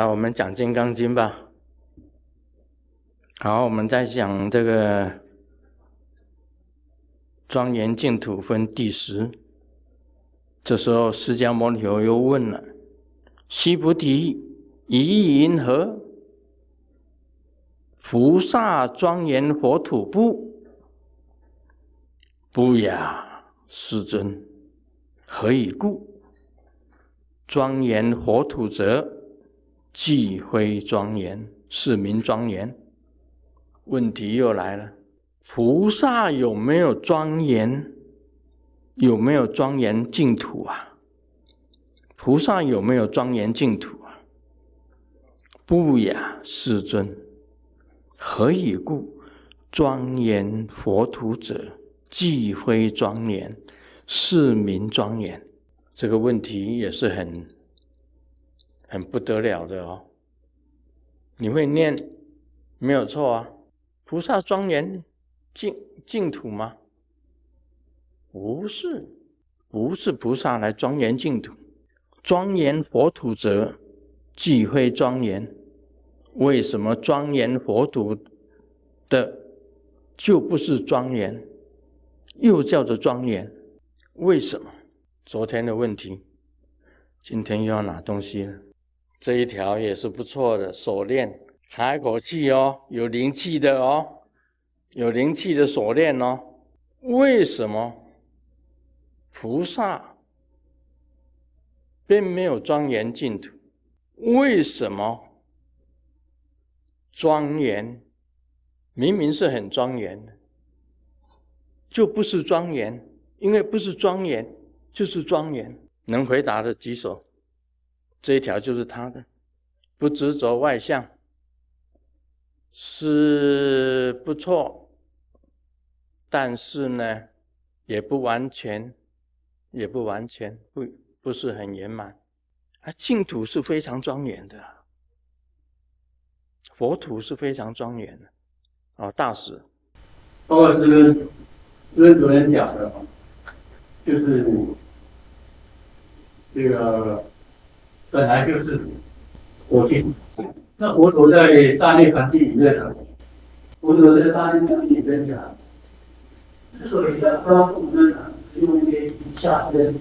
我们讲《金刚经》吧。好，我们再讲这个庄严净土分第10。这时候释迦牟尼佛又问了：须菩提，以云何？菩萨庄严佛土不？不也，世尊。何以故？庄严佛土者，既非庄严，是名庄严。问题又来了，菩萨有没有庄严？有没有庄严净土啊？菩萨有没有庄严净土啊？不也，世尊。何以故？庄严佛土者，既非庄严，是名庄严。这个问题也是很不得了的哦。你会念没有错啊，菩萨庄严净土吗？不是，不是菩萨来庄严净土。庄严佛土者，既非庄严。为什么庄严佛土的就不是庄严，又叫做庄严？为什么？昨天的问题，今天又要拿东西了。这一条也是不错的锁链，开口气哦，有灵气的哦，有灵气的锁链哦。为什么菩萨并没有庄严净土？为什么庄严明明是很庄严的，就不是庄严？因为不是庄严就是庄严。能回答的举手。这一条就是他的，不执着外相是不错，但是呢也不完全，不是很圆满。净土是非常庄严的，佛土是非常庄严的。大师， 包括这个主任讲的，就是这个本来就是佛性。那佛陀在大涅槃经里面讲，之所以要发众生因为下生，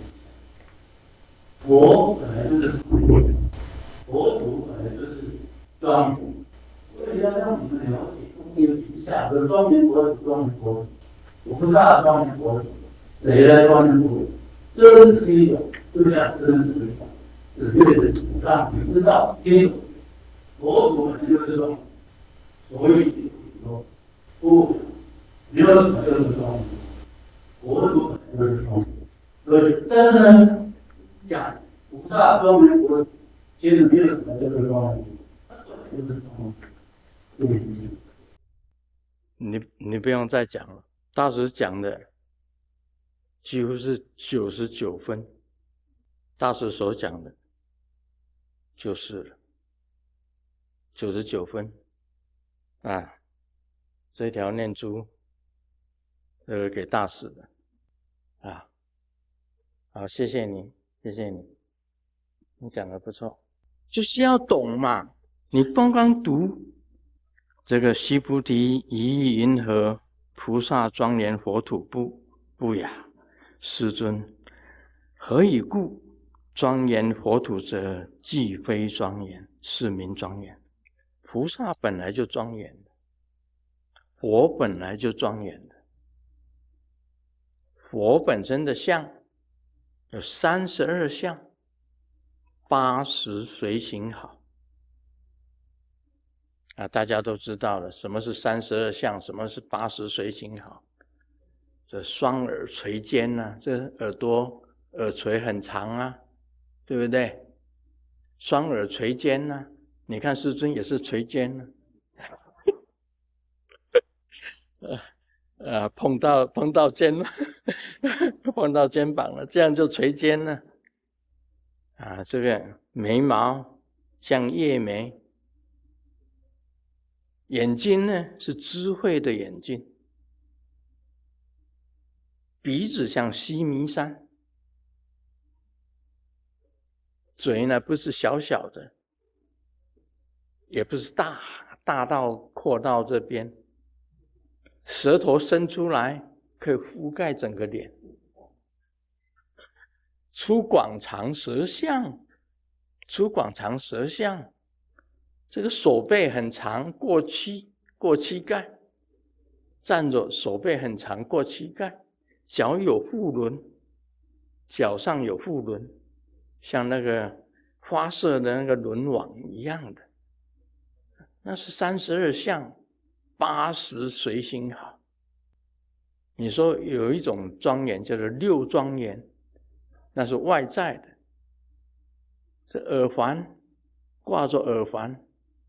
佛本来就是佛土本来就是庄严，所以要让我们了解中间下的庄严佛土，庄严佛土，菩萨庄严佛土，谁来庄严佛土？真是一种，就像真实讲，只对的主张，你知道天有佛土本来就是庄严，所以说不没有什么就是庄严，佛土本来就是庄严。所以真正讲菩萨庄严佛土，其实没有什么就是庄严，就是庄严。 你不用再讲了，大师讲的几乎是99分，大师所讲的就是了，99分啊！这条念珠给大师的啊。好，谢谢你，谢谢你，你讲的不错，就是要懂嘛。你刚刚读这个须菩提，以云何？菩萨庄严佛土不？不也，世尊。何以故？庄严佛土者，既非庄严，是名庄严。菩萨本来就庄严的，佛本来就庄严的。佛本身的相有32相，80随行好。大家都知道了，什么是32相，什么是80随行好。这双耳垂肩啊，这耳朵耳垂很长啊，对不对？双耳垂肩啊，你看世尊也是垂肩啊。碰到肩碰到肩膀了，这样就垂肩了。这个眉毛像叶眉，眼睛呢是智慧的眼睛，鼻子像须弥山，嘴呢不是小小的， 也不是大到扩到这边，舌头伸出来可以覆盖整个脸，粗广长舌相，粗广长舌相，这个手背很长，过膝盖，站着手背很长过膝盖，脚有护轮，脚上有护轮，像那个花色的那个轮网一样的，那是32相，80随心好。你说有一种庄严叫做六庄严，那是外在的，这耳环挂着耳环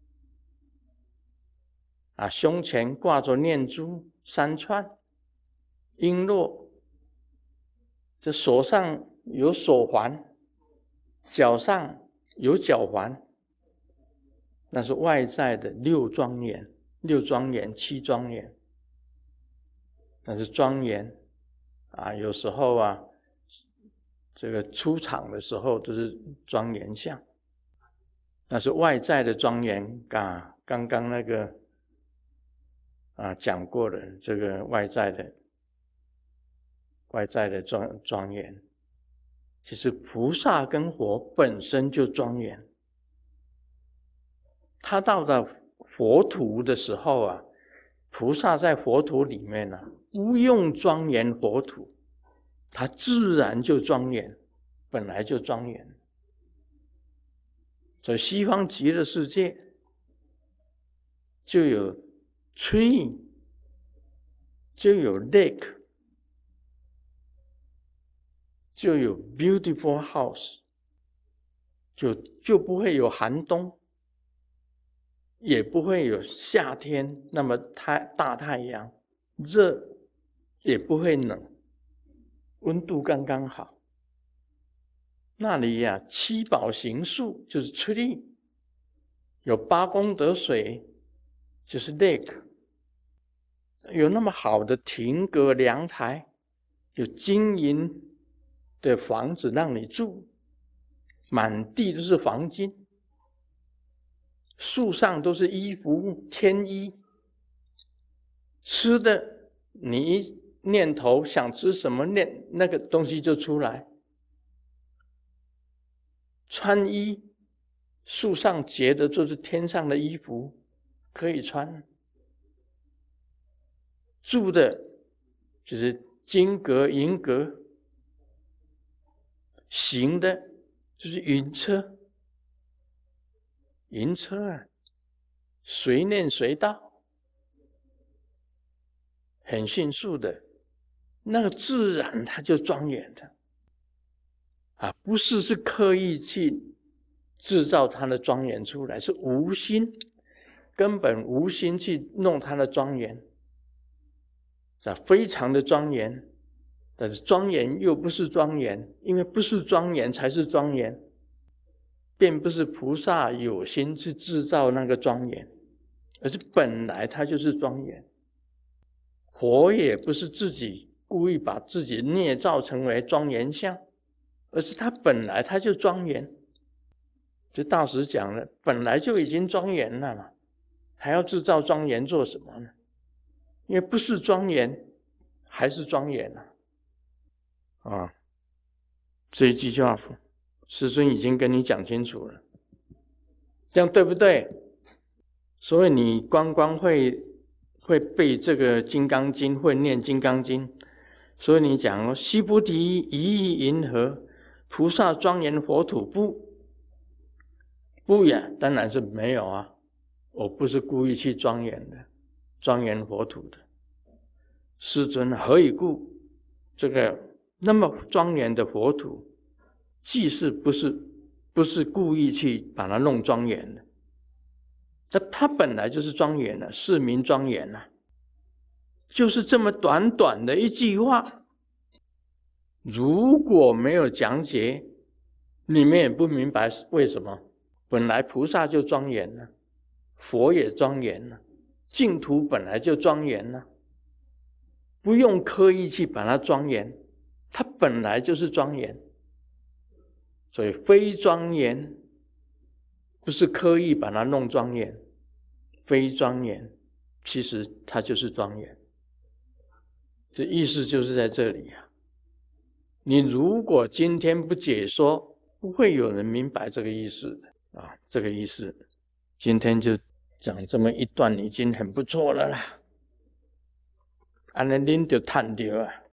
啊，胸前挂着念珠3串，璎珞，这手上有手环，脚上有脚环，那是外在的六庄严、7庄严，那是庄严啊。有时候啊，这个出场的时候都是庄严相，那是外在的庄严啊。刚刚那个讲过了，这个外在的庄严，其实菩萨跟佛本身就庄严。他到了佛土的时候啊，菩萨在佛土里面啊，不用庄严佛土，他自然就庄严，本来就庄严。所以西方极乐世界就有 tree， 就有 lake， 就有 beautiful house， 就不会有寒冬，也不会有夏天那么大太阳，热也不会冷，温度刚刚好。那里呀，七宝行树就是 tree， 有8功德水就是 lake， 有那么好的亭阁凉台，有金银的房子让你住，满地都是黄金，树上都是衣服天衣，吃的你一念头想吃什么那个东西就出来，穿衣树上结的就是天上的衣服可以穿，住的就是金阁银阁，行的就是云车啊，随念随到，很迅速的，那个自然它就庄严的啊，不是刻意去制造它的庄严出来，是无心，根本无心去弄它的庄严，非常的庄严。但是庄严又不是庄严，因为不是庄严才是庄严，并不是菩萨有心去制造那个庄严，而是本来它就是庄严。佛也不是自己故意把自己捏造成为庄严相，而是它本来它就庄严。就大师讲了，本来就已经庄严了嘛，还要制造庄严做什么呢？因为不是庄严还是庄严啊！这一句话师尊已经跟你讲清楚了，这样对不对？所以你光会背这个《金刚经》，会念《金刚经》，所以你讲须菩提，一意云何？菩萨庄严佛土不呀，当然是没有啊！我不是故意去庄严的，庄严佛土的。世尊何以故？这个那么庄严的佛土，即是不是故意去把它弄庄严的，它本来就是庄严的，是名庄严啊！就是这么短短的一句话，如果没有讲解，你们也不明白为什么。本来菩萨就庄严了，佛也庄严了，净土本来就庄严了，不用刻意去把它庄严，它本来就是庄严。所以非庄严不是刻意把它弄庄严，非庄严，其实它就是庄严。这意思就是在这里啊。你如果今天不解说，不会有人明白这个意思的啊。这个意思，今天就讲这么一段，已经很不错了啦。安尼恁就赚到啊。